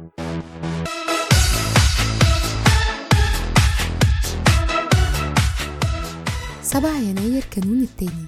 7 يناير كانون الثاني.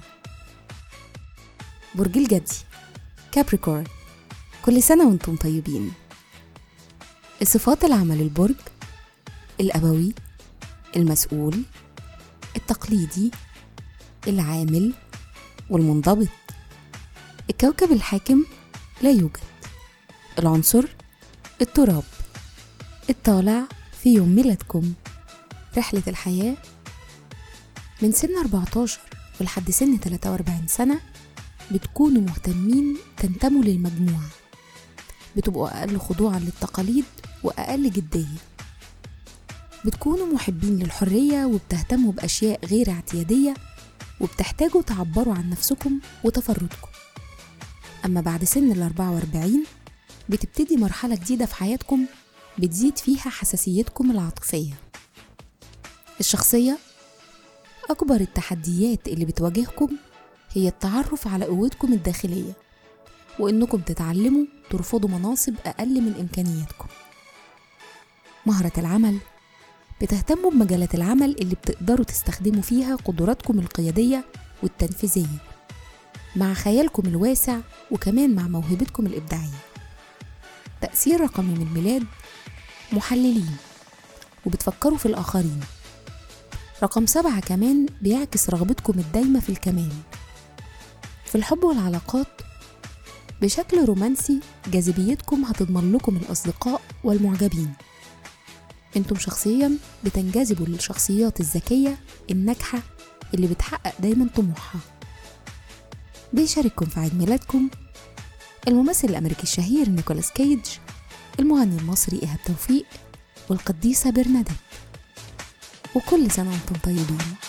برج الجدي كابريكورن، كل سنة وانتم طيبين. الصفات العمل البرج: الأبوي، المسؤول، التقليدي، العامل، والمنضبط. الكوكب الحاكم لا يوجد. العنصر: التراب. الطالع في يوم ميلادكم. رحلة الحياة: من سن 14 ولحد سن 43 سنة بتكونوا مهتمين تنتموا للمجموعة، بتبقوا أقل خضوعا للتقاليد وأقل جدية، بتكونوا محبين للحرية وبتهتموا بأشياء غير اعتيادية، وبتحتاجوا تعبروا عن نفسكم وتفردكم. أما بعد سن 44 بتبتدي مرحلة جديدة في حياتكم بتزيد فيها حساسيتكم العاطفية. الشخصية: أكبر التحديات اللي بتواجهكم هي التعرف على قوتكم الداخلية، وإنكم تتعلموا ترفضوا مناصب أقل من إمكانياتكم. مهارة العمل: بتهتموا بمجالات العمل اللي بتقدروا تستخدموا فيها قدراتكم القيادية والتنفيذية مع خيالكم الواسع، وكمان مع موهبتكم الإبداعية. تأثير رقم يوم الميلاد: محللين وبتفكروا في الآخرين. رقم 7 كمان بيعكس رغبتكم الدايمة في الكمال. في الحب والعلاقات بشكل رومانسي جاذبيتكم هتضمن لكم الأصدقاء والمعجبين. انتم شخصيا بتنجذبوا للشخصيات الذكية الناجحة اللي بتحقق دايما طموحها. بيشارككم في عيد ميلادكم الممثل الأمريكي الشهير نيكولاس كيج، المغني المصري إيهاب توفيق، والقديسة برناديت. وكل سنة وانتم طيبين.